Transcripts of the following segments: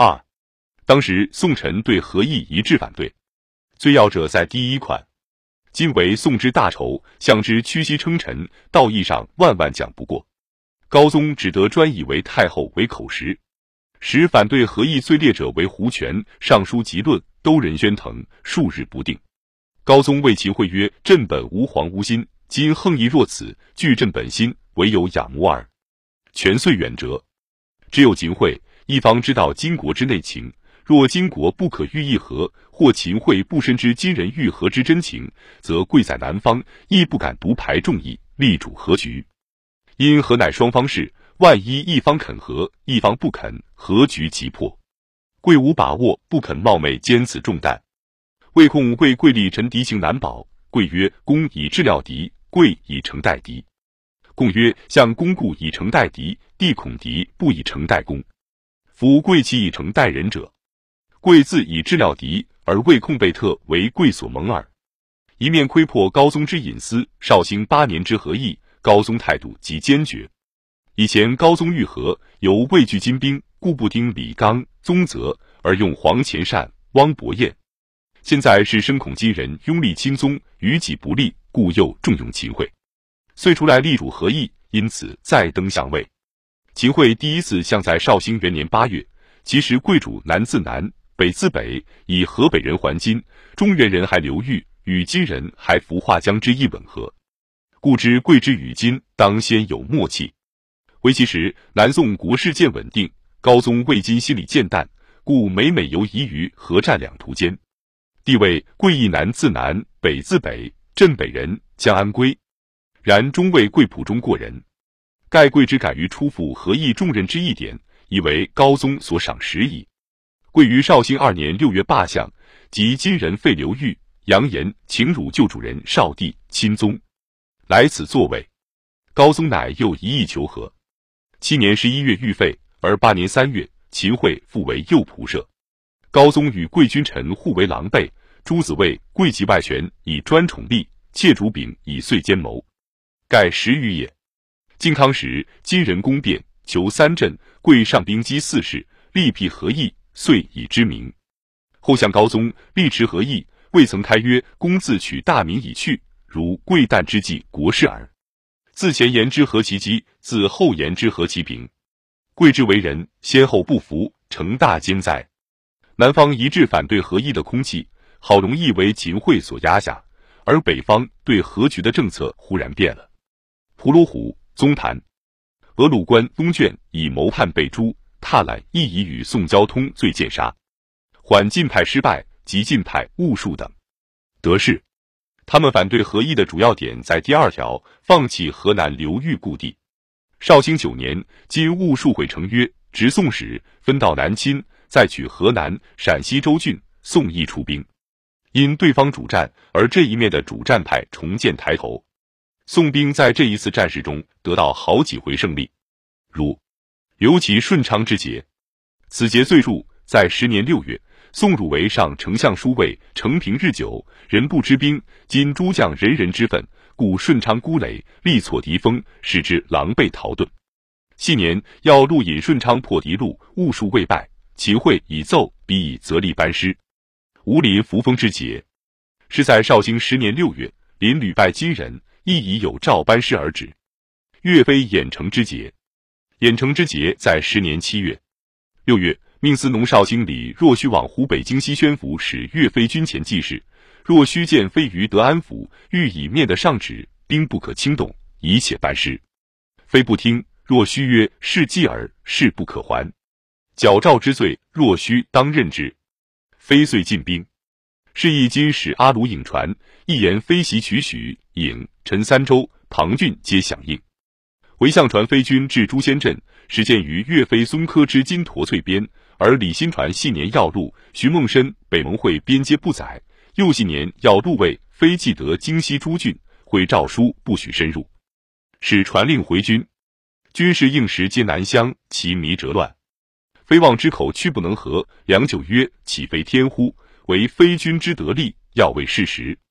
二，当时宋臣对和议一致反对，最要者在第一款。今为宋之大仇，向之屈膝称臣，道义上万万讲不过。高宗只得专以为太后为口实，使反对和议最烈者为胡权、尚书极论、兜人宣腾，数日不定。高宗谓秦桧曰：“朕本无皇无心，今横议若此，据朕本心，唯有仰慕耳。权遂远折。只有秦桧一方知道金国之内情，若金国不可欲议和，或秦桧不深知金人欲和之真情，则贵在南方，亦不敢独排众议，力主和局。因和乃双方事，万一一方肯和，一方不肯，和局即破。贵无把握，不肯冒昧兼此重担。魏控为贵力陈敌情难保，贵曰：公以治料敌，贵以诚待敌。共曰：向公固以诚待敌，帝恐敌不以诚待公。夫贵其以诚待人者，贵自以治料敌，而魏控被特为贵所蒙耳。一面窥破高宗之隐私，绍兴8年之和议，高宗态度极坚决。以前高宗欲和，犹畏惧金兵，故不听李纲、宗泽，而用黄潜善、汪伯彦。现在是深恐金人拥立钦宗，于己不利，故又重用秦桧，遂出来力主和议，因此再登相位。秦桧第一次相在绍兴元年8月，其实贵主南自南，北自北，以河北人还金，中原人还刘豫，与金人还服化江之意吻合，故知贵之与金当先有默契。为其时南宋国势渐稳定，高宗魏金心里渐淡，故每游移于河战两途间。帝谓贵亦南自南，北自北，镇北人，将安归。然终为贵谱中过人。盖贵之敢于出复和议重任之一点，以为高宗所赏识矣。贵于绍兴2年6月罢相，即金人废刘豫、扬言请辱旧主人少帝钦宗，来此作位。高宗乃又一意求和。7年11月预废，而8年3月，秦桧复为右仆射。高宗与贵君臣互为狼狈，诸子谓贵其外权以专宠吏，窃主柄以遂奸谋，盖10余也。靖康时，金人攻变，求3镇，贵上兵击4市，力辟和议，遂以之名。后向高宗力持和议，未曾开曰：公自取大名以去，如贵旦之计国事耳。自前言之何其机，自后言之何其平。贵之为人，先后不服，成大奸哉。南方一致反对和议的空气，好容易为秦桧所压下，而北方对和局的政策忽然变了。蒲罗虎、宗谭、俄鲁关东卷以谋叛被诛，踏揽亦以与宋交通罪剑杀。缓晋派失败，及晋派兀术等得势。他们反对和议的主要点在第2条，放弃河南刘豫故地。绍兴9年，今兀术会成约，直宋时，分到南侵，再取河南、陕西州郡，宋亦出兵。因对方主战，而这一面的主战派重建抬头。宋兵在这一次战事中得到好几回胜利，如刘其顺昌之捷。此节岁数在10年6月，宋汝为上丞相书尉，承平日久，人不知兵，今诸将人人之愤，故顺昌孤垒，力挫敌锋，使之狼狈逃遁。系年要录引顺昌破敌路，兀术未败，秦桧以奏逼以责力班师。吴林扶风之节，是在绍兴10年6月，林屡败金人，亦以有诏班师而止。岳飞郾城之节，郾城之节在10年7月。6月，命司农绍兴李若虚往湖北京西宣府使岳飞军前记事。若虚见飞于德安府，欲以面的上旨，兵不可轻动，以且班师。飞不听，若虚曰：是继耳，事不可还。矫诏之罪，若虚当任之。飞遂进兵。是以今使阿鲁颍传，一言飞袭取许、颍、陈3州、庞郡皆响应。为相传飞军至朱仙镇，始见于岳飞、孙科之金驼翠边，而李新传系年要路，徐梦申、北蒙会边接不载，又系年要路卫，飞既得京西诸郡，会诏书不许深入，使传令回军。军士应时皆南乡，其迷折乱。飞望之口屈不能和，良久曰：岂非天乎？为非军之得利，要为事实。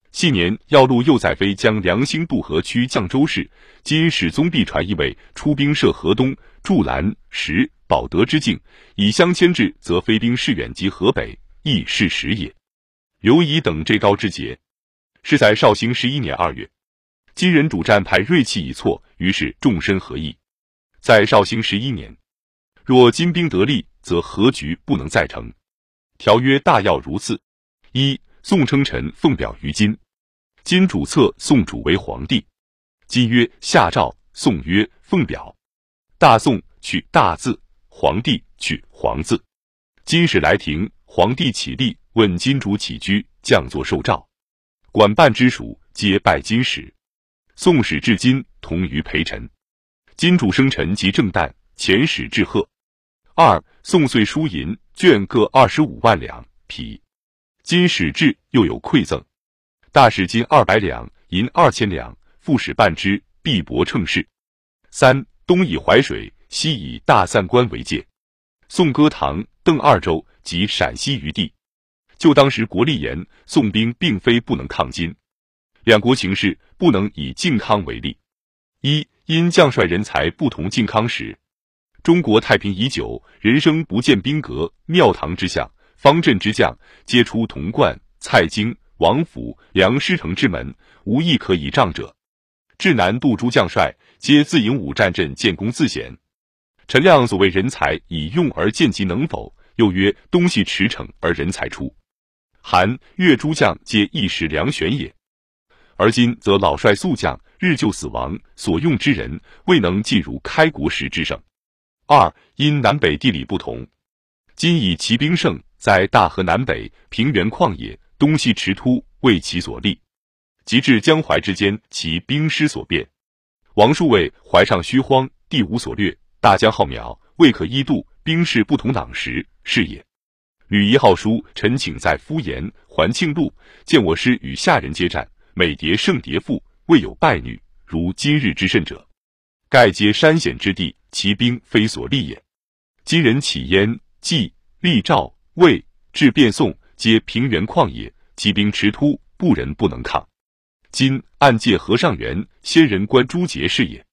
系年，要路右载飞将梁兴渡河区绛州市（今史宗弼传译为）出兵涉河东，驻兰、石、保德之境，以相牵制，则飞兵势远及河北，亦是时也。刘仪等这高之节，是在绍兴11年2月。金人主战派锐气已挫，于是众申合议。在绍兴11年，若金兵得利，则和局不能再成。条约大要如次：一、宋称臣奉表于金，金主册宋主为皇帝。金曰下诏，宋曰奉表。大宋去大字，皇帝去皇字。金使来庭，皇帝起立，问金主起居，将作受诏。管办之属皆拜金使。宋使至金，同于陪臣。金主生臣及正旦，遣使致贺。二、宋岁输银绢各25万两匹。金使至，又有馈赠。大使金200两，银2000两，副使办之，必帛称事。三、东以淮水，西以大散关为界。宋割唐、邓2州及陕西余地。就当时国力严，宋兵并非不能抗金。两国情势不能以靖康为例。一、因将帅人才不同靖康时。中国太平已久，人生不见兵革，庙堂之相，方阵之将，皆出童贯、蔡京、王府、梁师成之门，无一可以仗者。至南渡诸将帅，皆自营武战阵，建功自显。陈亮所谓人才，以用而见其能否，又曰东西驰骋而人才出。韩、越诸将皆一时良选也。而今则老帅宿将日就死亡，所用之人未能尽如开国时之盛。二、因南北地理不同，今以骑兵胜，在大河南北平原旷野，东西驰突，为其所立。及至江淮之间，其兵师所变。王叔谓淮上虚荒，地无所略，大江浩渺，未可依渡，兵势不同党时，是也。吕夷好书，臣请在敷延、环庆路，见我师与下人接战，每迭胜迭负，未有败女，如今日之甚者。盖皆山险之地，其兵非所立也。今人起燕、冀、利赵、魏，至便宋，皆平原旷野，骑兵驰突，不人不能抗。今暗界河上原，先人观诸节是也。